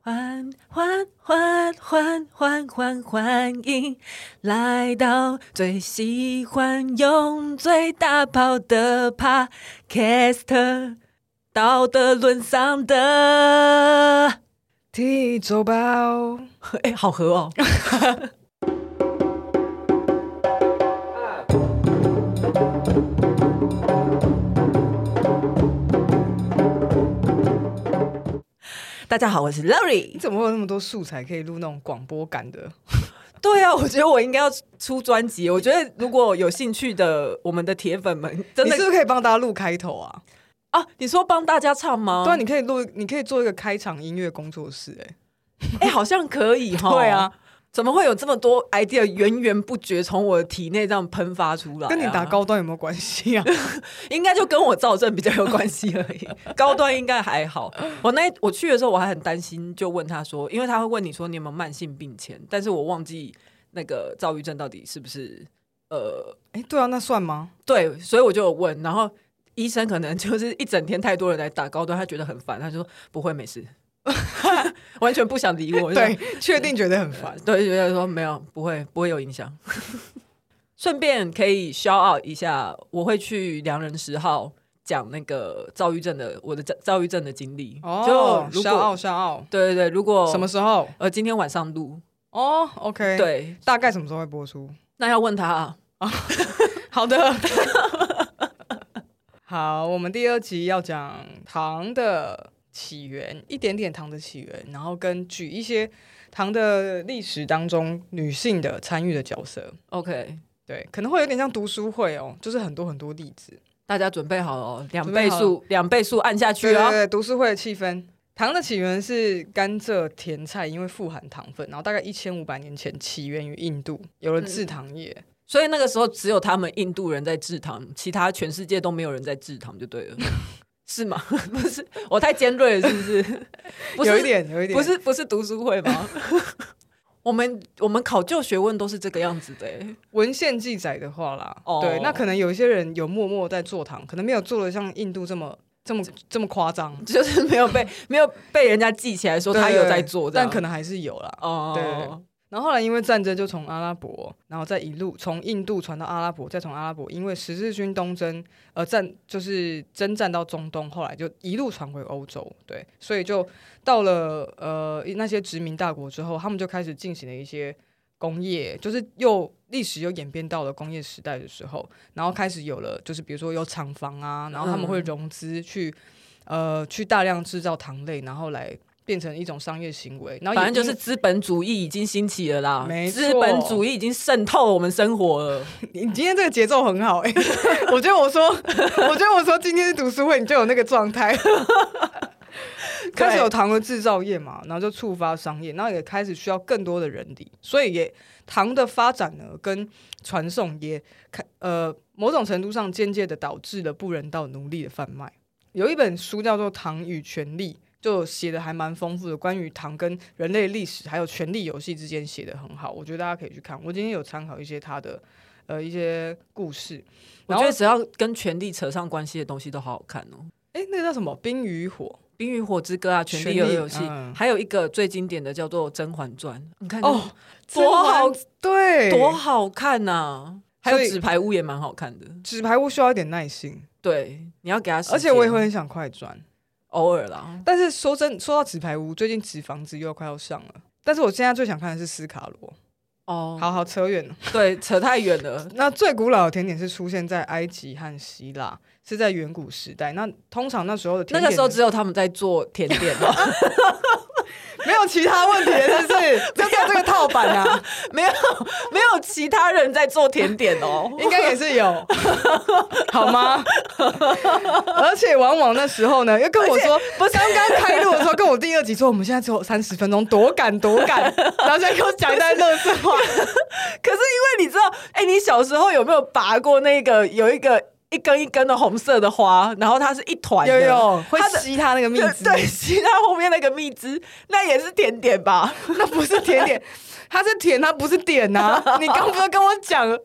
欢迎来到最喜欢用最大炮的 Podcast 道德沦丧的体周报。 好合哦。大家好，我是 Larry。 你怎么会有那么多素材可以录那种广播感的？ 对啊，我觉得我应该要出专辑。我觉得如果有兴趣的我们的铁粉们，真的你是不是可以帮大家录开头啊？ 啊，你说帮大家唱吗？ 对啊，你可以做一个开场音乐工作室。 好像可以齁。 对啊， 怎么会有这么多 idea 源源不绝从我的体内这样喷发出来啊？ 跟你打高端有没有关系啊？ 应该就跟我躁症比较有关系而已。高端应该还好。我去的时候我还很担心，就问他说，因为他会问你说你有没有慢性病前，但是我忘记那个躁郁症到底是不是对啊，那算吗？ 对，所以我就有问，然后医生可能就是一整天太多人来打高端，他觉得很烦，他就说不会，没事。完全不想理我。 对，确定觉得很烦。 对，觉得说没有，不会有影响。顺便可以 shout out 一下，我会去良人10号讲那个我的躁郁症的经历。 哦， 就如果 shout out， 对对对，如果什么时候？ 今天晚上录。 哦 ，OK， 对， 大概什么时候会播出？ 那要问他啊。 好的。好，我们第2集要讲糖的起源，一点点糖的起源，然后跟举一些糖的历史当中女性的参与的角色。 OK， 对，可能会有点像读书会哦，就是很多例子。 大家准备好了哦，2倍速按下去哦。 对，读书会的气氛。糖的起源是甘蔗甜菜，因为富含糖分，然后大概1500年前起源于印度，有了制糖业。 所以那个时候只有他们印度人在制糖，其他全世界都没有人在制糖就对了。是吗？不是，我太尖锐了是不是？不是， 有一点不是读书会吗？我们考究学问都是这个样子的。 文献记载的话啦，对，那可能有一些人有默默在做糖，可能没有做的像印度这么夸张， 就是没有被人家记起来说他有在做， 但可能还是有啦。对。然后后来因为战争就从阿拉伯，然后再一路从印度传到阿拉伯，再从阿拉伯因为十字军东征就是征战到中东，后来就一路传回欧洲。对，所以就到了那些殖民大国之后，他们就开始进行了一些工业，就是历史又演变到了工业时代的时候，然后开始有了就是比如说有厂房啊，然后他们会融资去大量制造糖类，然后来变成一种商业行为，然后反正就是资本主义已经兴起了啦。 没错， 资本主义已经渗透我们生活了。 你今天这个节奏很好。我觉得我说今天是读书会，你就有那个状态。开始有糖的制造业嘛，然后就触发商业，然后也开始需要更多的人力，所以糖的发展呢跟传送也某种程度上间接的导致了不人道奴隶的贩卖。有一本书叫做《糖与权力》，就写的还蛮丰富的，关于糖跟人类历史还有权力游戏之间写的很好，我觉得大家可以去看。我今天有参考一些他的一些故事， 我觉得只要跟权力扯上关系的东西都好好看哦。 那个叫什么《冰与火》？ 冰与火之歌啊，权力游戏，还有一个最经典的叫做《甄嬛传》，你看哦， 多好， 对， 多好看啊！还有纸牌屋也蛮好看的， 纸牌屋需要一点耐心， 对，你要给他时间， 而且我也会很想快转， 偶尔啦。 但是说到纸牌屋，最近纸房子又快要上了，但是我现在最想看的是斯卡罗。好扯远了， 对，扯太远了。 那最古老的甜点是出现在埃及和希腊，是在远古时代。那通常那时候的甜点， 那个时候只有他们在做甜点哦。 没有其他问题是不是？就这个套版啊， 没有其他人在做甜点哦， 应该也是有，好吗？而且往往那时候呢，又跟我说，刚刚开录的时候跟我第2集说，我们现在只有30分钟，多赶，然后现在给我讲一堆垃圾话。 可是因为你知道，你小时候有没有拔过那个有一个一根一根的红色的花，然后它是一团的， 有会吸它那个蜜汁， 对，吸它后面那个蜜汁，那也是甜点吧？ 那不是甜点，它是甜，它不是点啊！你刚不是跟我讲了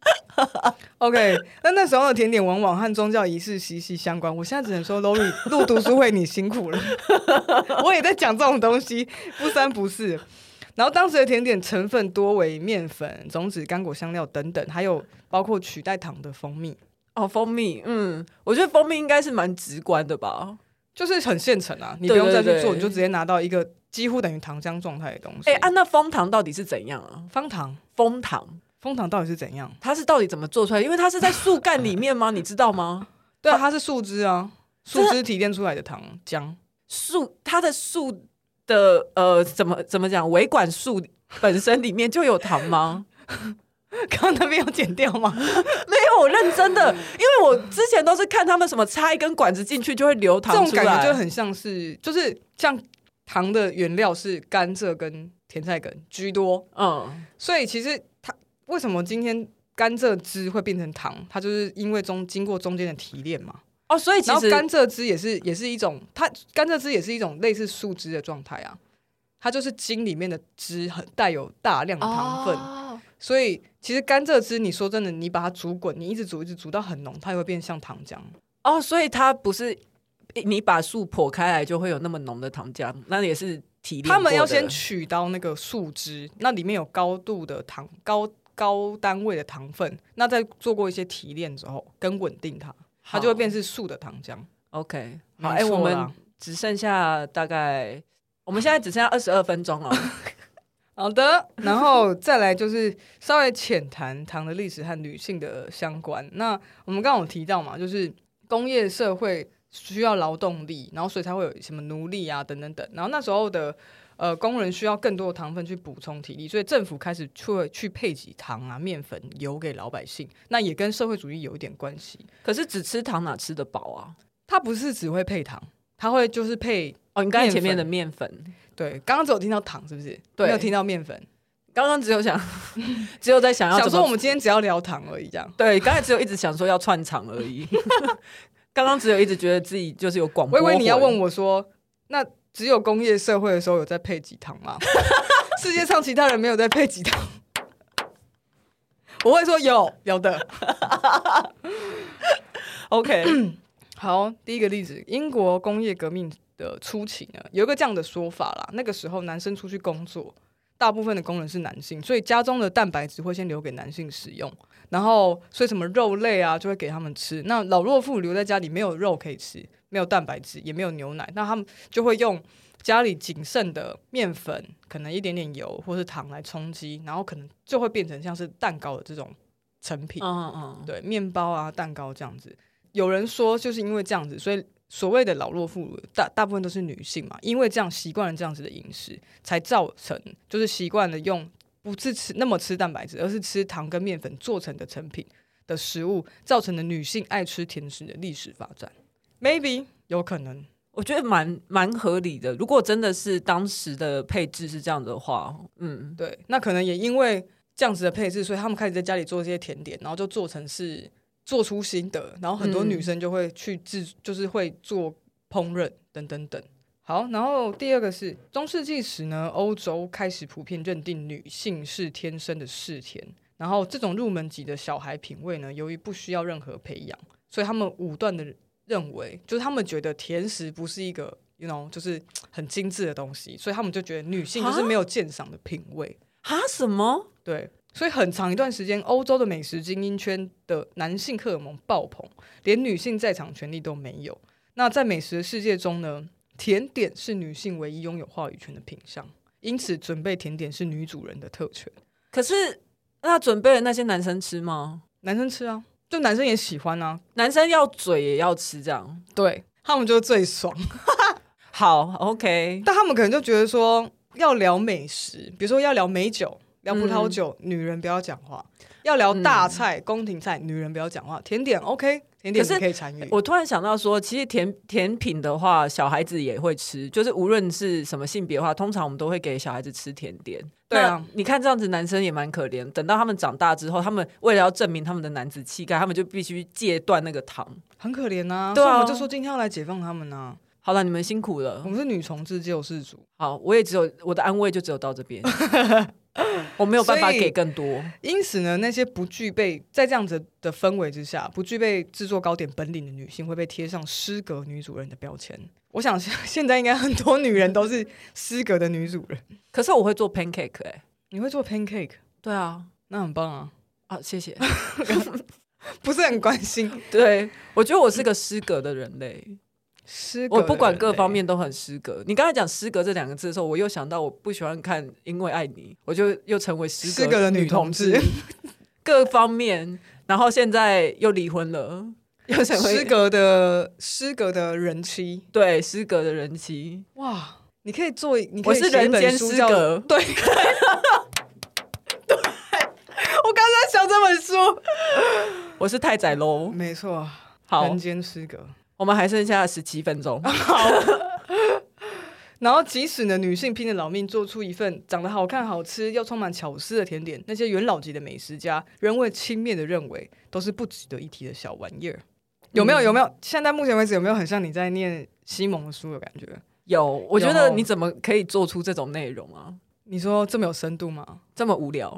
？OK， 那时候的甜点往往和宗教仪式息息相关。我现在只能说 ，Lori 录读书会你辛苦了，我也在讲这种东西，不三不四。然后当时的甜点成分多为面粉、种子、干果、香料等等，还有包括取代糖的蜂蜜。 哦，蜂蜜，我觉得蜂蜜应该是蛮直观的吧， 就是很现成啊，你不用再去做， 对对对， 你就直接拿到一个几乎等于糖浆状态的东西。 那枫糖到底是怎样啊？ 枫糖到底是怎样？ 它是到底怎么做出来？因为它是在树干里面吗？你知道吗？ 对啊，它是树枝啊，树枝提炼出来的糖浆。 它的树的怎么讲？维管束本身里面就有糖吗？ 刚刚那边有剪掉吗？ 没有，我认真的，因为我之前都是看他们什么插一根管子进去就会流糖出来， 这种感觉就很像是，就是像糖的原料是甘蔗跟甜菜根居多，所以其实它为什么今天甘蔗汁会变成糖，它就是因为经过中间的提炼嘛。 所以其实然后甘蔗汁也是一种，甘蔗汁也是一种类似树汁的状态啊，它就是茎里面的汁很带有大量的糖分，所以其实甘蔗汁你说真的，你把它煮滚，你一直煮到很浓，它也会变像糖浆。 所以它不是你把树剖开来就会有那么浓的糖浆，那也是提炼过的。 他们要先取到那个树枝，那里面有高度的糖高单位的糖分，那再做过一些提炼之后跟稳定它就会变成树的糖浆。 OK， 好，我们只剩下大概，我们现在只剩下22分钟了。 好的，然后再来就是稍微浅谈糖的历史和女性的相关。那我们刚刚有提到嘛，就是工业社会需要劳动力，然后所以才会有什么奴隶啊等等等。然后那时候的工人需要更多的糖分去补充体力，所以政府开始去配给糖啊、面粉、油给老百姓。那也跟社会主义有一点关系。 可是只吃糖哪吃得饱啊？ 它不是只会配糖，它会就是配你刚才前面的面粉。 对，刚刚只有听到糖是不是？ 对， 没有听到面粉。 刚刚只有在想说我们今天只要聊糖而已，这样。 对，刚才只有一直想说要串场而已。刚刚只有一直觉得自己就是有广播魂。 我以为你要问我说，那只有工业社会的时候有在配给糖吗？世界上其他人没有在配给糖？我会说有的。 OK， 好，第一个例子，英国工业革命的初期呢，有一个这样的说法啦。那个时候男生出去工作，大部分的工人是男性，所以家中的蛋白质会先留给男性使用，然后所以什么肉类啊就会给他们吃。那老弱妇留在家里没有肉可以吃，没有蛋白质，也没有牛奶，那他们就会用家里仅剩的面粉，可能一点点油或是糖来充饥，然后可能就会变成像是蛋糕的这种成品。对，面包啊、蛋糕这样子。有人说就是因为这样子，所以所谓的老弱妇孺大部分都是女性嘛，因为这样习惯了这样子的饮食，才造成就是习惯了用不是那么吃蛋白质，而是吃糖跟面粉做成的成品的食物，造成了女性爱吃甜食的历史发展。Maybe 有可能， 我觉得蛮合理的。如果真的是当时的配置是这样的话， 对，那可能也因为这样子的配置，所以他们开始在家里做这些甜点，然后就做成是做出心得，然后很多女生就会去就是会做烹饪等等等。好，然后第二个是中世纪时呢，欧洲开始普遍认定女性是天生的嗜甜，然后这种入门级的小孩品味呢，由于不需要任何培养，所以他们武断的认为，就是他们觉得甜食不是一个就是很精致的东西，所以他们就觉得女性就是没有鉴赏的品味。 什么？ 对，所以很长一段时间，欧洲的美食精英圈的男性荷尔蒙爆棚，连女性在场权利都没有。那在美食的世界中呢，甜点是女性唯一拥有话语权的品项，因此准备甜点是女主人的特权。 可是那准备的那些男生吃吗？ 男生吃啊，就男生也喜欢啊， 男生要嘴也要吃，这样对他们就最爽。 好 OK， 但他们可能就觉得说，要聊美食，比如说要聊美酒、聊葡萄酒，女人不要讲话；要聊大菜、宫廷菜，女人不要讲话。甜点 OK， 甜点你可以参与。 我突然想到说，其实甜品的话，小孩子也会吃，就是无论是什么性别的话，通常我们都会给小孩子吃甜点。 对啊， 你看这样子，男生也蛮可怜。等到他们长大之后，他们为了要证明他们的男子气概，他们就必须戒断那个糖， 很可怜啊。 对啊， 所以我们就说今天要来解放他们啊。 好了，你们辛苦了。 我们是女同志救世主。 好，我也只有我的安慰就只有到这边，我没有办法给更多。 因此呢，那些不具备在这样子的氛围之下，不具备制作糕点本领的女性，会被贴上失格女主人的标签。我想现在应该很多女人都是失格的女主人。 可是我会做 pancake 你会做 pancake？ 对啊， 那很棒啊！ 啊，谢谢。 不是很关心。 对，我觉得我是个失格的人类。我不管各方面都很失格。你刚才讲失格这2个字的时候，我又想到我不喜欢看《因为爱你》，我就又成为失格的女同志，各方面，然后现在又离婚了，又成为失格的人妻。 对，失格的人妻。 哇，你可以做， 我是人间失格。 对，对，我刚才想这本书，我是太宰喽， 没错。 好， 人间失格。 我们还剩下17分钟。 好。然后即使呢，女性拼着老命做出一份长得好看好吃又充满巧思的甜点，那些元老级的美食家仍会轻蔑的认为都是不值得一提的小玩意儿。有没有现在目前为止有没有很像你在念西蒙的书的感觉？ 有，我觉得你怎么可以做出这种内容啊？ 你说这么有深度吗？ 这么无聊？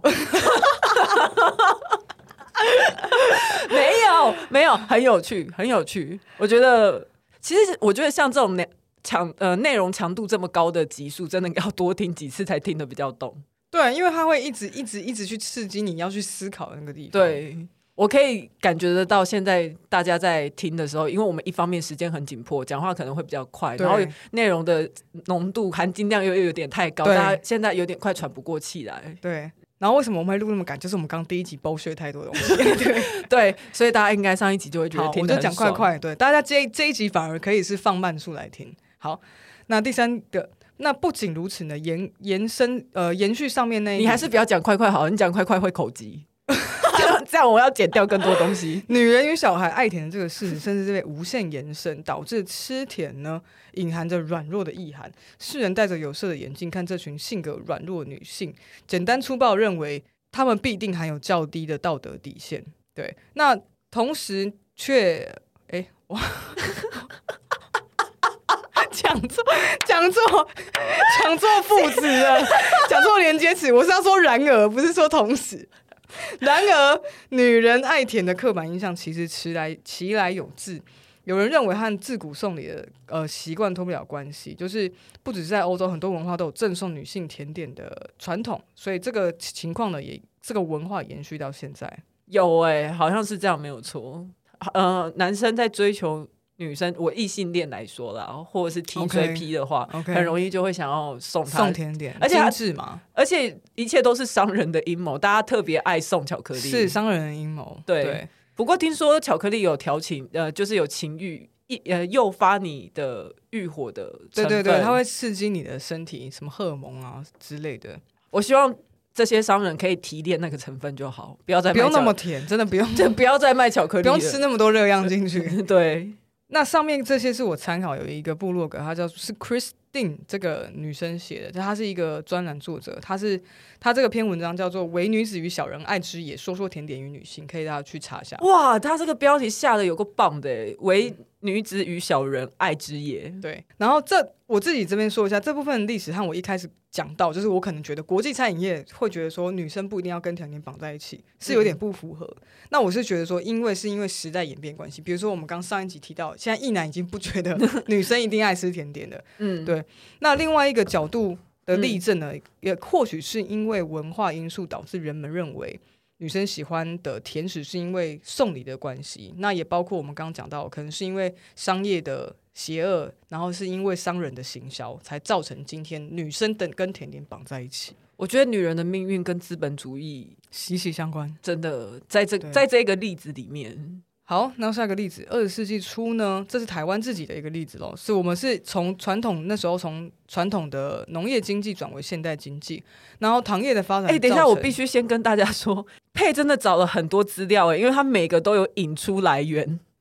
没有，很有趣，很有趣。我觉得，其实我觉得像这种内容强度这么高的集数，真的要多听几次才听得比较懂。 对，因为它会一直去刺激你要去思考的那个地方。 对，我可以感觉得到，现在大家在听的时候，因为我们一方面时间很紧迫，讲话可能会比较快，然后内容的浓度含金量又有点太高，大家现在有点快喘不过气来。 对。然后为什么我们会录那么赶？就是我们刚第1集剥削太多东西。 对，所以大家应该上一集就会觉得听得很爽。 我就讲快快。对，大家这一集反而可以是放慢速来听。好，那第3个，那不仅如此呢，延续上面那一， 你还是不要讲快快好，你讲快快会口急。这样我要剪掉更多东西。 女人与小孩爱甜的这个事实，甚至被无限延伸，导致吃甜呢隐含着软弱的意涵。世人戴着有色的眼镜看这群性格软弱的女性，简单粗暴认为她们必定含有较低的道德底线。对，那同时却讲错副词了，讲错连接词。我是要说然而，不是说同时。然而，女人爱甜的刻板印象其实其来有自。有人认为和自古送礼的习惯脱不了关系，就是不只是在欧洲，很多文化都有赠送女性甜点的传统，所以这个情况呢，这个文化延续到现在。 有好像是这样，没有错。男生在追求女生，我异性恋来说啦，或者是 T 追 P 的话，很容易就会想要送甜点， 而且精致嘛， 而且一切都是商人的阴谋，大家特别爱送巧克力， 是商人的阴谋。对， 不过听说巧克力有调情，就是有情欲，诱发你的欲火的成分。 对，它会刺激你的身体，什么荷尔蒙啊之类的。 我希望这些商人可以提炼那个成分就好，不要那么甜，真的不用， 就不要再卖巧克力， 不用吃那么多热量进去。 对。 那上面这些是我参考，有一个部落格，是 Christine 这个女生写的，她是一个专栏作者，她这个篇文章叫做《唯女子与小人爱之也，说说甜点与女性》，可以大家去查一下。 哇，她这个标题下的有个棒的耶，唯女子与小人爱之也。 对，然后我自己这边说一下这部分历史，和我一开始讲到，就是我可能觉得国际餐饮业会觉得说女生不一定要跟甜点绑在一起，是有点不符合。那我是觉得说，因为时代演变关系，比如说我们刚上一集提到，现在异男已经不觉得女生一定爱吃甜点的。对。那另外一个角度的例证呢，也或许是因为文化因素导致人们认为女生喜欢的甜食是因为送礼的关系，那也包括我们刚刚讲到，可能是因为商业的邪恶，然后是因为商人的行销，才造成今天女生跟甜点绑在一起。 我觉得女人的命运跟资本主义息息相关， 真的在这个例子里面。 好，那下一个例子，20世纪初呢，这是台湾自己的一个例子咯，是我们是从那时候从传统的农业经济转为现代经济，然后糖业的发展。 等一下，我必须先跟大家说，佩真的找了很多资料因为他每个都有引出来源。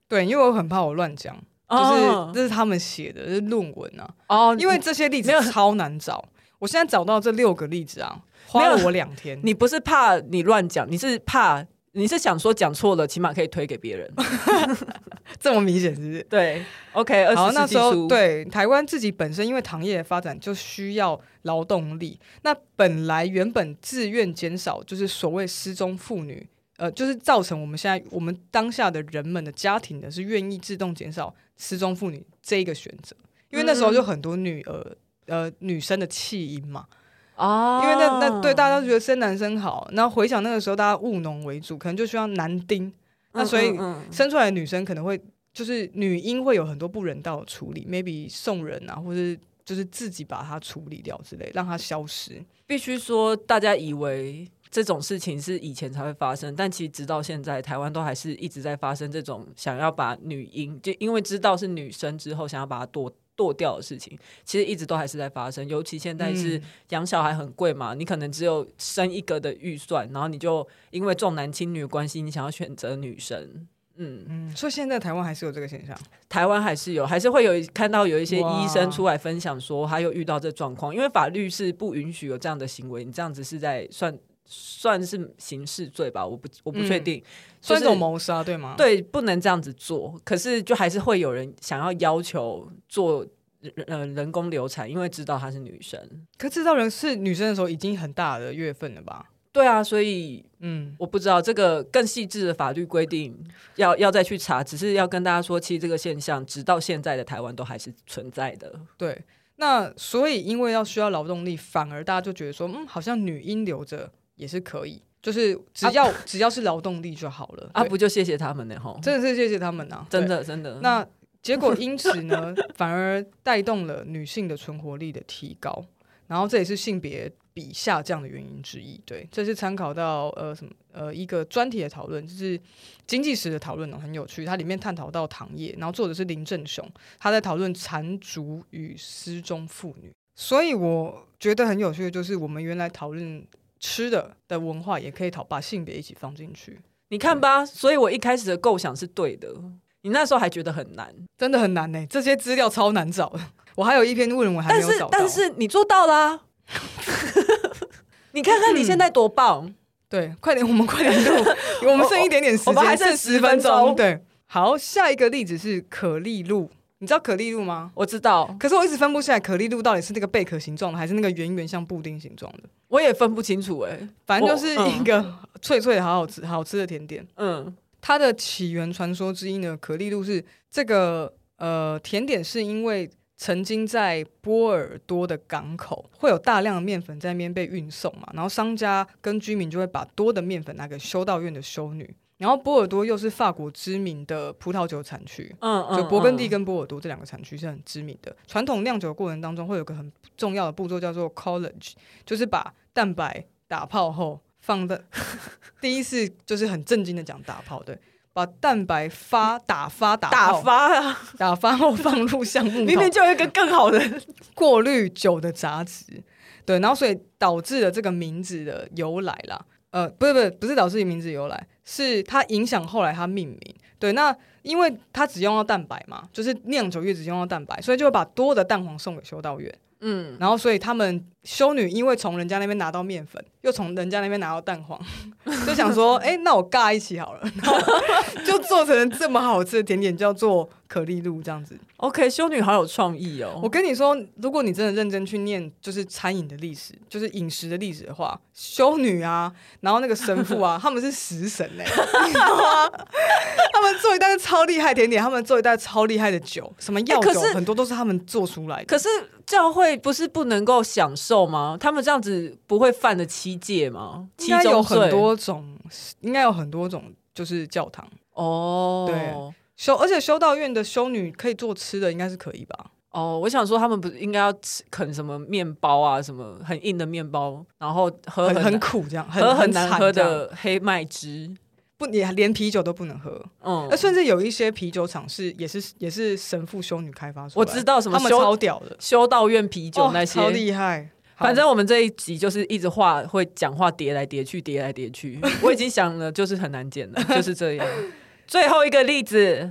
对，因为我很怕我乱讲，就是这是他们写的，这是论文啊。因为这些例子超难找，我现在找到这6个例子啊，花了我2天。 你不是怕你乱讲，你是想说讲错了，起码可以推给别人。 这么明显是不是？ 对 ，OK， 好，那时候对台湾自己本身因为糖业的发展就需要劳动力，那原本自愿减少就是所谓失踪妇女。就是造成我们当下的人们的家庭呢是愿意自动减少失踪妇女这一个选择，因为那时候就很多女生的弃婴嘛，因为那对大家都觉得生男生好，然后回想那个时候大家务农为主，可能就需要男丁，那所以生出来的女生可能会就是女婴会有很多不人道的处理 ，maybe 送人啊，或是就是自己把它处理掉之类，让它消失。 必须说，大家以为这种事情是以前才会发生，但其实直到现在台湾都还是一直在发生这种想要把女婴就因为知道是女生之后想要把它剁掉的事情，其实一直都还是在发生。尤其现在是养小孩很贵嘛，你可能只有生一个的预算，然后你就因为重男轻女的关系，你想要选择女生。 所以现在台湾还是有这个现象， 台湾还是会看到有一些医生出来分享说他有遇到这状况，因为法律是不允许有这样的行为，你这样子是在算是刑事罪吧，我不确定， 算一种谋杀对吗？ 对，不能这样子做，可是就还是会有人想要求做人工流产，因为知道她是女生。 可知道人是女生的时候已经很大的月份了吧？ 对啊，所以我不知道这个更细致的法律规定要再去查，只是要跟大家说，其实这个现象直到现在的台湾都还是存在的。 对，那所以因为需要劳动力，反而大家就觉得说，好像女婴留着也是可以，就是只要是劳动力就好了啊，不就谢谢他们呢？ 真的是谢谢他们啊， 真的。 那结果因此呢，反而带动了女性的存活力的提高，然后这也是性别比下降的原因之一。对，这是参考到一个专题的讨论，就是经济史的讨论很有趣，它里面探讨到糖业，然后作者是林正雄，他在讨论缠足与失踪妇女。所以我觉得很有趣的就是我们原来讨论吃的文化也可以把性别一起放进去， 你看吧，所以我一开始的构想是对的，你那时候还觉得很难， 真的很难呢，这些资料超难找的，我还有一篇论文还没有找到， 但是你做到啦你看看你现在多棒对，快点，我们快点录我们剩一点点时间， 我们还剩10分钟。 对，好，下一个例子是可丽露，你知道可丽露吗？ 我知道， 可是我一直分不出来可丽露到底是那个贝壳形状的还是那个圆圆像布丁形状的， 我也分不清楚反正就是一个脆脆的好吃的甜点。它的起源传说之一呢，可丽露是这个甜点是因为曾经在波尔多的港口会有大量的面粉在那边被运送嘛，然后商家跟居民就会把多的面粉拿给修道院的修女，然后波尔多又是法国知名的葡萄酒产区，就勃艮第跟波尔多这2个产区是很知名的。传统酿酒的过程当中会有个很重要的步骤叫做 collage， 就是把蛋白打泡后放在第一次就是很震惊的讲打泡，对，把蛋白打发后放入橡木桶， 明明就有一个更好的过滤酒的杂质，对，然后所以导致了这个名字的由来啦。不是导致名字由来，是它影响后来它命名。对，那因为它只用到蛋白嘛，就是酿酒业只用到蛋白，所以就会把多的蛋黄送给修道院。然后所以他们修女因为从人家那边拿到面粉，又从人家那边拿到蛋黄，就想说那我尬一起好了，然后就做成这么好吃的甜点叫做可丽露这样子。 OK， 修女好有创意哦。 我跟你说，如果你真的认真去念就是餐饮的历史，就是饮食的历史的话，修女啊，然后那个神父啊他们是食神你知道吗？他们做一袋超厉害的甜点，他们做一袋超厉害的酒，什么药酒很多都是他们做出来的。 可是教会不是不能够享受吗？他们这样子不会犯了7戒吗？ 应该有很多种就是教堂对，而且修道院的修女可以做吃的，应该是可以吧？ 我想说他们不是应该要啃什么面包啊，什么很硬的面包，然后喝很苦这样， 喝很难喝的黑麦汁， 不，你连啤酒都不能喝。甚至有一些啤酒厂也是神父修女开发出来的， 我知道什么他们超屌的修道院啤酒那些， 超厉害。 反正我们这一集就是一直会讲话叠来叠去我已经想了就是很难剪了就是这样。最后一个例子，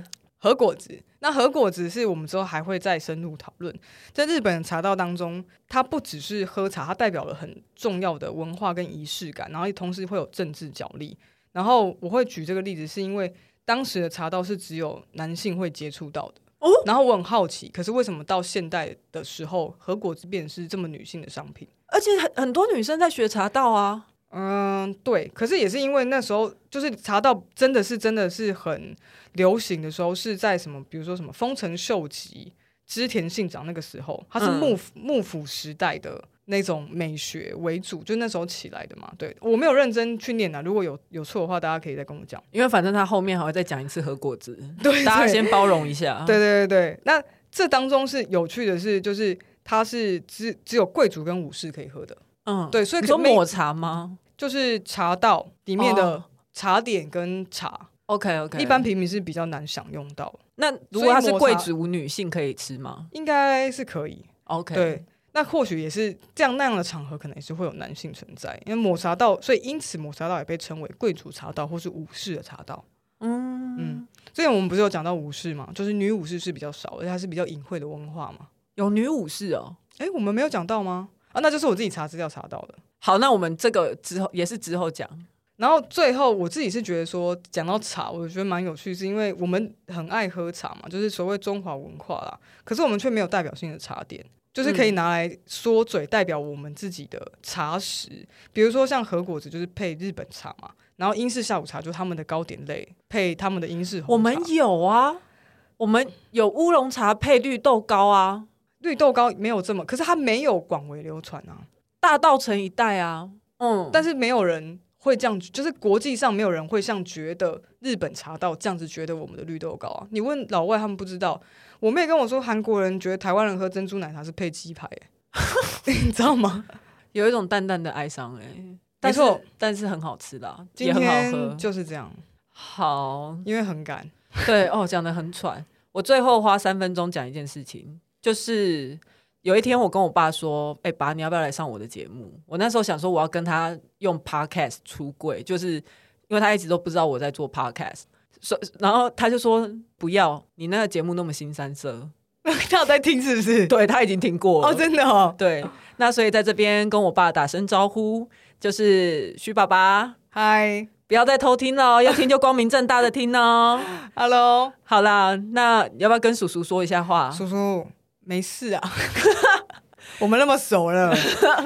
和果子。那和果子是我们之后还会再深入讨论。在日本的茶道当中，它不只是喝茶，它代表了很重要的文化跟仪式感，然后同时会有政治角力。然后我会举这个例子，是因为当时的茶道是只有男性会接触到的。然后我很好奇，可是为什么到现代的时候，和果子变成是这么女性的商品？ 而且很多女生在学茶道啊。 对，可是也是因为那时候就是茶道真的是很流行的时候，是在什么，比如说什么丰臣秀吉、织田信长那个时候，它是幕府时代的那种美学为主，就那时候起来的嘛。对，我没有认真去念啊，如果有错的话，大家可以再跟我讲。 因为反正他后面还会再讲一次和果子， 对， 大家先包容一下。 对，那这当中是有趣的是，就是它是只有贵族跟武士可以喝的。对，所以你说抹茶吗？ 就是茶道里面的茶点跟茶。 OK， 一般平民是比较难享用到。 那如果它是贵族女性可以吃吗？ 应该是可以。 OK， 对，那或许也是这样那样的场合，可能也是会有男性存在，因为抹茶道，所以因此抹茶道也被称为贵族茶道或是武士的茶道。之前我们不是有讲到武士嘛，就是女武士是比较少，而且它是比较隐晦的文化嘛。 有女武士哦？ 我们没有讲到吗？那就是我自己查资料查到的。 好，那我们这个之后也是之后讲。 然后最后我自己是觉得说，讲到茶，我觉得蛮有趣，是因为我们很爱喝茶嘛，就是所谓中华文化啦。可是我们却没有代表性的茶点，就是可以拿来说嘴代表我们自己的茶食。比如说像和果子就是配日本茶嘛，然后英式下午茶就是他们的糕点类配他们的英式红茶。 我们有啊，我们有乌龙茶配绿豆糕啊。 绿豆糕没有这么，可是它没有广为流传啊， 大稻埕一带啊。 但是没有人会这样，就是国际上没有人会像觉得日本茶道这样子觉得我们的绿豆糕啊。你问老外他们不知道，我妹跟我说韩国人觉得台湾人喝珍珠奶茶是配鸡排你知道吗？ 有一种淡淡的哀伤没错， 但是很好吃啦， 也很好喝， 今天就是这样。 好， 因为很赶。 对讲得很喘。我最后花3分钟讲一件事情，就是有一天我跟我爸说，爸，你要不要来上我的节目？我那时候想说我要跟他用 podcast 出柜，就是因为他一直都不知道我在做 podcast， 然后他就说不要，你那个节目那么新三色。 他有在听是不是？ 对，他已经听过了。 真的哦。 对，那所以在这边跟我爸打声招呼，就是徐爸爸， 嗨， 不要再偷听了，要听就光明正大的听哦。 Hello， 好啦，那要不要跟叔叔说一下话？ 叔叔没事啊我们那么熟了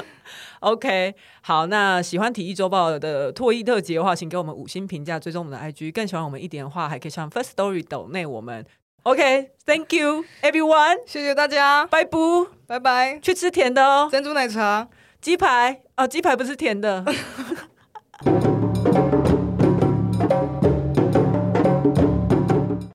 OK， 好，那喜欢体育周报的唾液特辑的话，请给我们5星评价，追踪我们的 IG， 更喜欢我们一点的话，还可以上 First Story 抖内我们。OK， Thank you everyone， 谢谢大家， 拜拜拜， 去吃甜的哦， 珍珠奶茶， 鸡排不是甜的